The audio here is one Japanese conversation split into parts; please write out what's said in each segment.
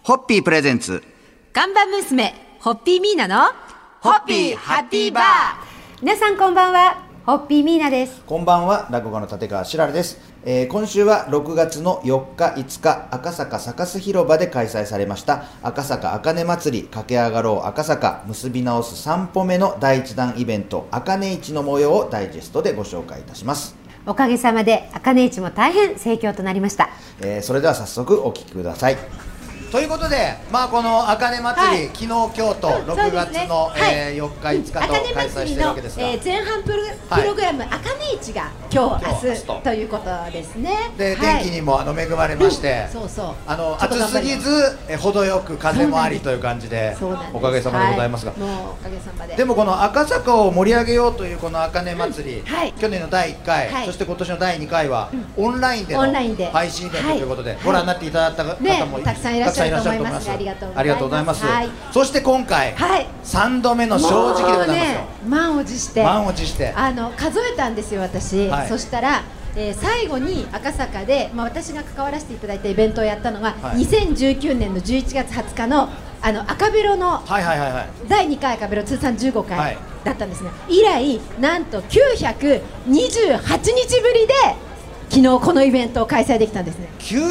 ホッピープレゼンツ看板娘ホッピーミーナのホッピーハッピーバー。 皆さんこんばんは、ホッピーミーナです。 こんばんは、落語家の立川しららです。今週は6月の4日5日赤坂サカス広場で開催されました赤坂あかね祭り駆け上がろう赤坂結び直す3歩目の第1弾イベントあかね市の模様をダイジェストでご紹介いたします。 おかげさまであかね市も大変盛況となりました。 それでは早速お聞きください。ということで、このあかね祭り、昨日、今日と6月の、4日、5日と開催してるわけですが、 前半プログラム、あかね市が今日、明日ということですね。 で、天気にも恵まれまして、暑すぎず程よく風もありという感じで、おかげさまでございますが、でもこの赤坂を盛り上げようというこのあかね祭り、去年の第1回、そして今年の第2回はオンラインでの配信イベントということで、ご覧になっていただいた方もたくさんいらっしゃると思います。ありがとうございます。そして今回3度目の正直でございますよ。 満を持して数えたんですよ、私。そしたら最後に赤坂で、私が関わらせていただいたイベントをやったのが2019年の11月20日の赤ベロの第2回赤ベロ通算15回だったんですね。以来なんと928日ぶりで昨日このイベントを開催できたんですね。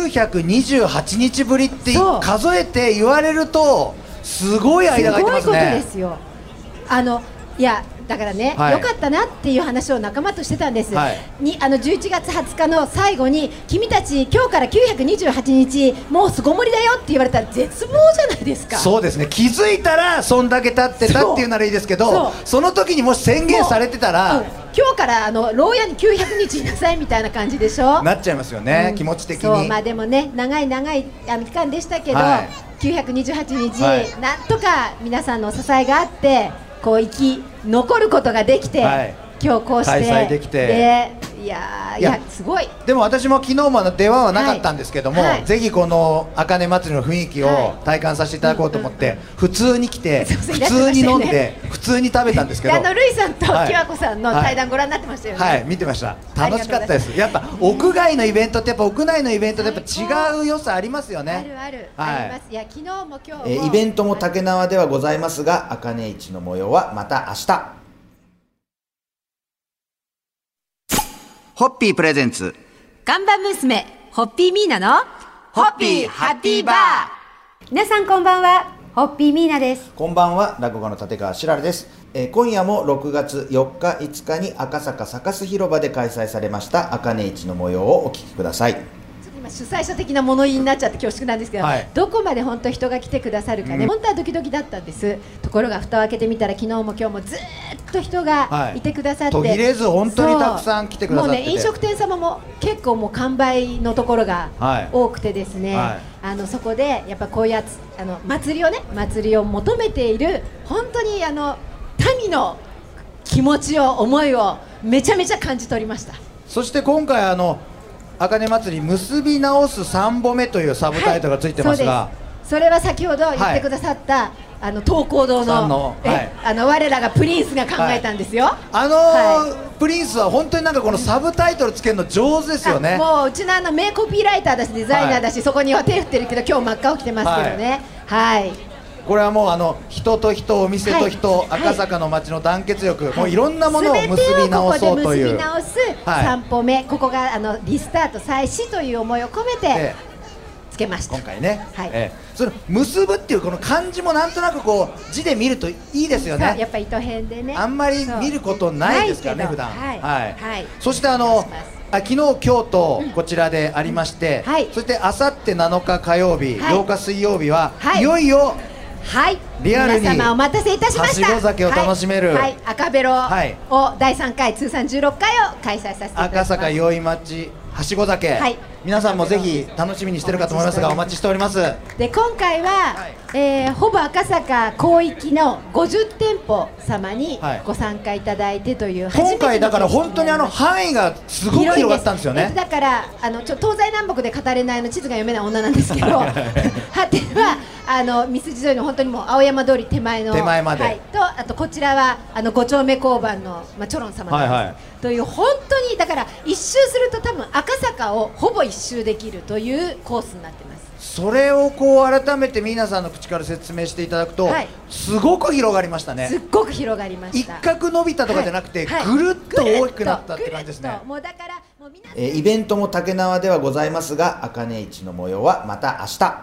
928日ぶりって数えて言われるとすごい間が空いてますね。 すごいことですよ。いやだからね、よかったなっていう話を仲間としてたんです。11月20日の最後に君たち今日から928日もう巣ごもりだよって言われたら絶望じゃないですか。 そうですね。気づいたらそんだけ経ってたっていうならいいですけど、その時にもし宣言されてたら、 今日から牢屋に900日いなさいみたいな感じでしょ。 なっちゃいますよね、気持ち的に。 でもね、長い期間でしたけど、928日、なんとか皆さんの支えがあってこう生き残ることができて、今日こうして開催できて、 いやすごい。 でも私も昨日も電話はなかったんですけども、ぜひこのあかね祭りの雰囲気を体感させていただこうと思って、普通に来て普通に飲んで普通に食べたんですけど、 ルイさんときわこさんの対談ご覧になってましたよね。 はい、見てました。楽しかったです。やっぱ屋外のイベントってやっぱ屋内のイベントとやっぱ違う良さありますよね。 あります。いや昨日も今日もイベントも竹縄ではございますが、あかね市の模様はまた明日。ホッピープレゼンツ看板娘ホッピーミーナのホッピーハッピーバー。 皆さんこんばんは、ホッピーミーナです。 こんばんは、落語家の立川しららです。今夜も6月4日5日に赤坂サカス広場で開催されましたあかね市の模様をお聞きください。 主催者的な物言いになっちゃって恐縮なんですけど、どこまで本当人が来てくださるかね、本当はドキドキだったんです。ところが蓋を開けてみたら昨日も今日もずっと人がいてくださって、 途切れず本当にたくさん来てくださってて、 もうね、飲食店様も結構もう完売のところが多くてですね、そこでやっぱこういうやつ祭りを求めている本当に民の気持ちを思いをめちゃめちゃ感じ取りました。 そして今回あかね祭り結び直す3歩目というサブタイトルがついてますが、 それは先ほど言ってくださった東光堂の我らがプリンスが考えたんですよ。 プリンスは本当になんかこのサブタイトルつけるの上手ですよね。 もううちの名コピーライターだしデザイナーだし、そこには手振ってるけど今日真っ赤を着てますけどね。 これはもう人と人、お店と人、赤坂の街の団結力、もういろんなものを結び直そうという、 結び直す3歩目、ここがリスタート再始という思いを込めてつけました。 今回ね、その結ぶっていうこの漢字もなんとなくこう字で見るといいですよね。 やっぱ糸編でね、 あんまり見ることないですからね、普段。そして昨日、今日とこちらでありまして、そしてあさって7日火曜日、8日水曜日はいよいよリアルに皆様お待たせいたしました。 はしご酒を楽しめる赤ベロを第3回通算16回を開催させていただきます。 赤坂宵町はしご酒、皆さんもぜひ楽しみにしてるかと思いますがお待ちしております。 で今回は、ほぼ赤坂広域の50店舗様にご参加いただいてという今回だから本当に範囲がすごく広がったんですよね。 だから東西南北で語れない地図が読めない女なんですけど果てはミスジ沿いの本当にもう青山通り手前のまで、 はい、とあとこちらは5丁目交番の、チョロン様なんです、という本当にだから一周すると多分赤坂をほぼ一周できるというコースになってます。 それをこう改めて皆さんの口から説明していただくと、すごく広がりましたね。 すっごく広がりました。 一角伸びたとかじゃなくて、ぐるっと大きくなったって感じですね。 もうだからもうイベントも竹縄ではございますが、茜市の模様はまた明日。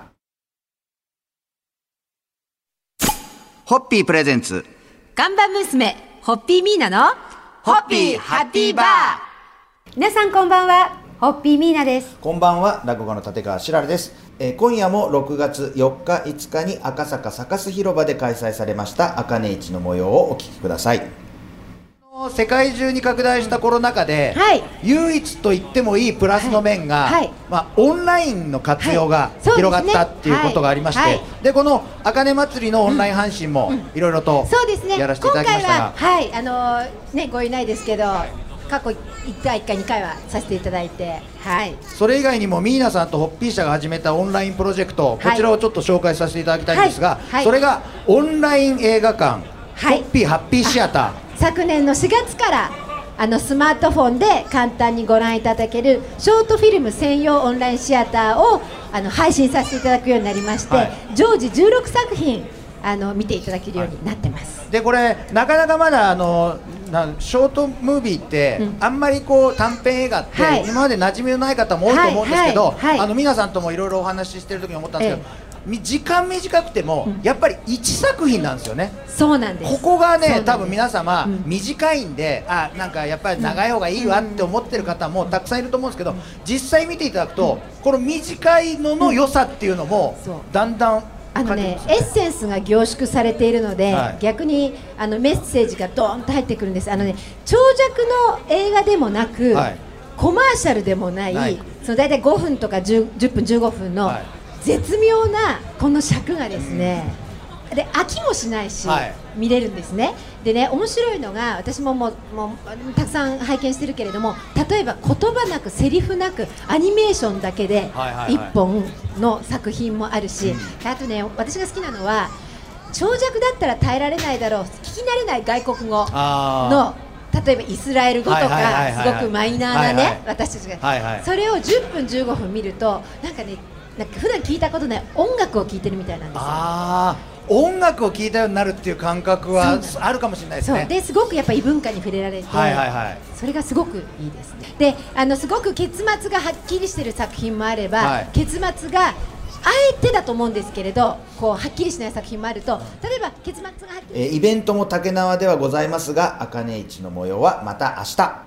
ホッピープレゼンツ看板娘ホッピーミーナのホッピーハッピーバー。 皆さんこんばんは、ホッピーミーナです。 こんばんは、落語家の立川しらるです。今夜も6月4日5日に赤坂サカス広場で開催されました茜市の模様をお聞きください。世界中に拡大したコロナ禍で、唯一と言ってもいいプラスの面が、オンラインの活用が広がったっていうことがありまして、でこの茜祭りのオンライン配信もいろいろとやらせていただきましたが、 今回はごいないですけど過去1回1回2回はさせていただいて、 それ以外にもミーナさんとホッピー社が始めたオンラインプロジェクト、こちらをちょっと紹介させていただきたいんですが、それがオンライン映画館、ホッピーハッピーシアター、 昨年の4月からスマートフォンで簡単にご覧いただけるショートフィルム専用オンラインシアターを配信させていただくようになりまして、常時16作品見ていただけるようになってます。 でこれなかなかまだショートムービーって、あんまりこう短編映画って今まで馴染みのない方も多いと思うんですけど、皆さんともいろいろお話ししてる時に思ったんですけど、時間短くても、やっぱり1作品なんですよね。 そうなんです。 ここがね、多分皆様、短いんで、なんかやっぱり長い方がいいわって思ってる方もたくさんいると思うんですけど、実際見ていただくと、この短いのの良さっていうのもだんだんエッセンスが凝縮されているので、逆にメッセージがドーンと入ってくるんです。長尺の映画でもなく、コマーシャルでもない、その大体5分とか 10分15分の絶妙なこの尺がですね、で飽きもしないし、見れるんですね。でね、面白いのが、私ももうたくさん拝見してるけれども、例えば言葉なくセリフなくアニメーションだけで1本の作品もあるし、あとね、私が好きなのは長尺だったら耐えられないだろう、聞き慣れない外国語の例えばイスラエル語とかすごくマイナーなね、私たちがそれを10分15分見ると、なんかね、普段聞いたことない音楽を聴いてるみたいなんですよ。 音楽を聴いたようになるっていう感覚はあるかもしれないですね。 ですごくやっぱり異文化に触れられて、それがすごくいいですね。ですごく結末がはっきりしている作品もあれば、結末があえてだと思うんですけれど、こうはっきりしない作品もあると、例えば結末がはっきり、 イベントも竹縄ではございますが、茜市の模様はまた明日。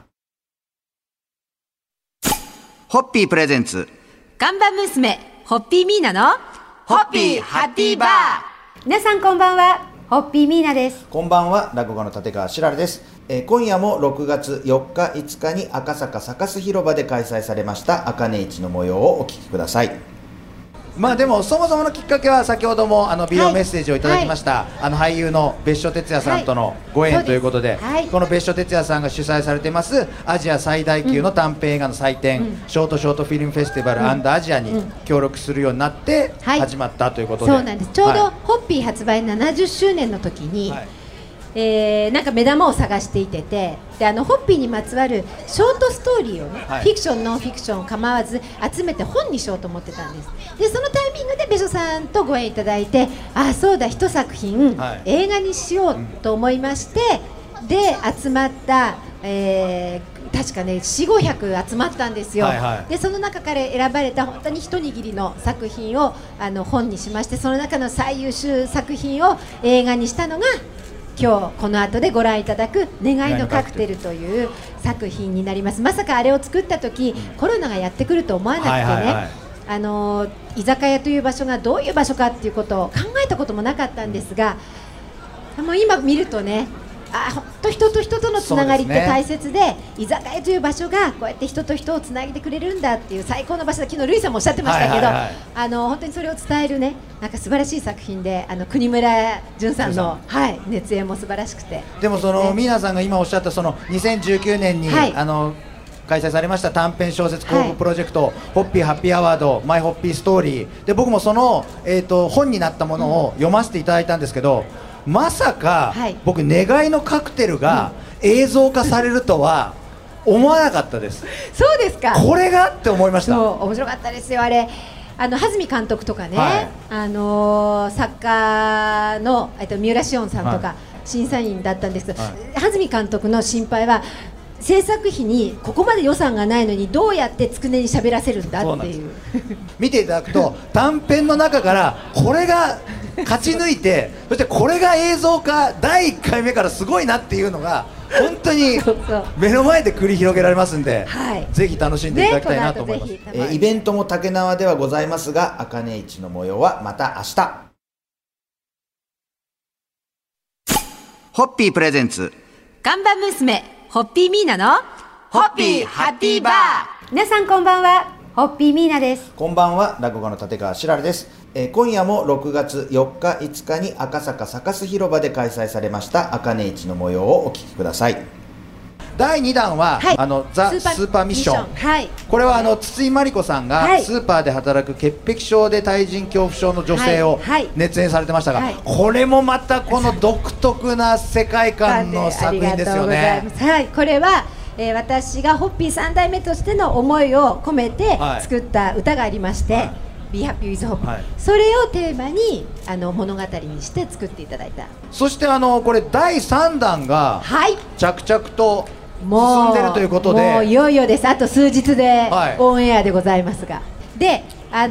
ホッピープレゼンツ看板娘ホッピーミーナのホッピーハッピーバー。 皆さんこんばんは、ホッピーミーナです。 こんばんは、落語家の立川しらるです。今夜も6月4日5日に赤坂サカス広場で開催されました茜市の模様をお聞きください。でもそもそものきっかけは先ほどもビデオメッセージをいただきました、俳優の別所哲也さんとのご縁ということで、この別所哲也さんが主催されていますアジア最大級の短編映画の祭典、ショートフィルムフェスティバル&アジアに協力するようになって始まったということで、 そうなんです。ちょうどホッピー発売70周年の時に、なんか目玉を探していて、でホッピーにまつわるショートストーリーをね、フィクションノンフィクション構わず集めて本にしようと思ってたんです。でそのタイミングで別所さんとご縁いただいて、そうだ、一作品、映画にしようと思いまして、で集まった、確かね400-500集まったんですよ。でその中から選ばれた本当に一握りの作品を本にしまして、その中の最優秀作品を映画にしたのが今日この後でご覧いただく願いのカクテルという作品になります。まさかあれを作った時、コロナがやってくると思わなくてね、居酒屋という場所がどういう場所かっていうことを考えたこともなかったんですが、もう今見るとね、本当人と人とのつながりって大切で、居酒屋という場所がこうやって人と人をつなげてくれるんだっていう最高の場所だ。昨日ルイさんもおっしゃってましたけど、本当にそれを伝えるね、なんか素晴らしい作品で、国村淳さんの熱演も素晴らしくて、 でもそのミーナさんが今おっしゃったその2019年に開催されました短編小説公募プロジェクト、ホッピーハッピーアワードマイホッピーストーリーで、僕もその、本になったものを読ませていただいたんですけど、まさか、僕願いのカクテルが映像化されるとは思わなかったです。 そうですか。 これがって思いました。 そう面白かったですよ。あれ羽積監督とかね、作家の三浦紫音さんとか、審査員だったんですけど、羽積監督の心配は制作費にここまで予算がないのにどうやってつくねに喋らせるんだっていう見ていただくと短編の中からこれが勝ち抜いてそしてこれが映像化第1回目からすごいなっていうのが本当に目の前で繰り広げられますんで、ぜひ楽しんでいただきたいなと思います。イベントも竹縄ではございますが、茜市の模様はまた明日。ホッピープレゼンツ看板娘ホッピーミーナのホッピーハッピーバー。 皆さんこんばんは、ホッピーミーナです。 こんばんは、落語家の立川しららです。今夜も6月4日5日に赤坂サカス広場で開催されました茜市の模様をお聞きください。第2弾は、ザ・スーパーミッション、これは筒井真理子さんがスーパーで働く潔癖症で対人恐怖症の女性を熱演されてましたが、これもまたこの独特な世界観の作品ですよね。 これは私がホッピー3代目としての思いを込めて作った歌がありまして、Be Happy with Hope、それをテーマに物語にして作っていただいた。 そしてこれ第3弾が着々と進んでるということで、 もういよいよです。あと数日でオンエアでございますが、で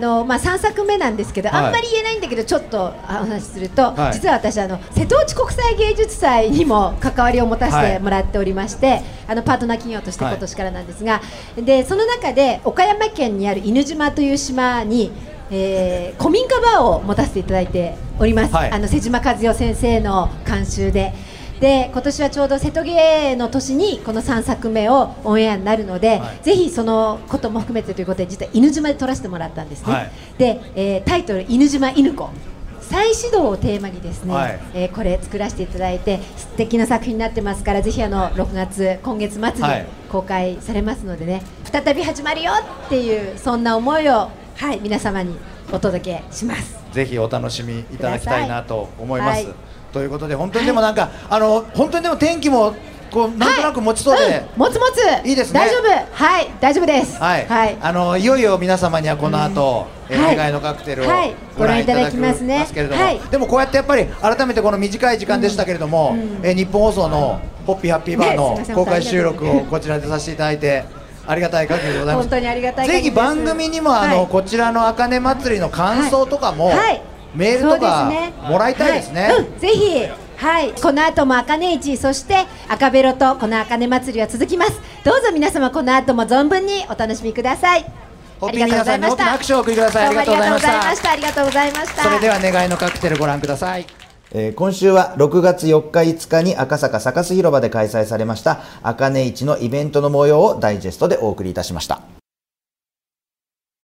3作目なんですけど、あんまり言えないんだけどちょっとお話しすると、実は私瀬戸内国際芸術祭にも関わりを持たせてもらっておりまして、パートナー企業として今年からなんですが、でその中で岡山県にある犬島という島に古民家バーを持たせていただいております。瀬島和代先生の監修で。で今年はちょうど瀬戸芸の年にこの3作目をオンエアになるので、ぜひそのことも含めてということで実は犬島で撮らせてもらったんですね。で、タイトル「犬島犬子」再始動をテーマにですね、これ作らせていただいて素敵な作品になってますから、ぜひ6月今月末に公開されますのでね、再び始まるよっていうそんな思いを、皆様にお届けします。 ぜひお楽しみいただきたいなと思います。ということで本当にでもなんか、本当にでも天気もこうなんとなく持ちそうで、 持ついいですね。大丈夫、大丈夫です。いよいよ皆様にはこの後願いのカクテルをご覧いただきますけれども、でもこうやってやっぱり改めてこの短い時間でしたけれども、日本放送のホッピーハッピーバーの公開収録をこちらでさせていただいてありがたい限りでございます。 本当にありがたい。 ぜひ番組にもこちらの茜祭りの感想とかもメールとかもらいたいですね。 ぜひ、この後も茜市、そして赤ベロとこの茜祭りは続きます。どうぞ皆様この後も存分にお楽しみください。 ホッピー皆さんに大きな拍手をお送りください。ありがとうございました。 ありがとうございました。 それでは願いのカクテルご覧ください。 今週は6月4日5日に赤坂サカス広場で開催されました茜市のイベントの模様をダイジェストでお送りいたしました。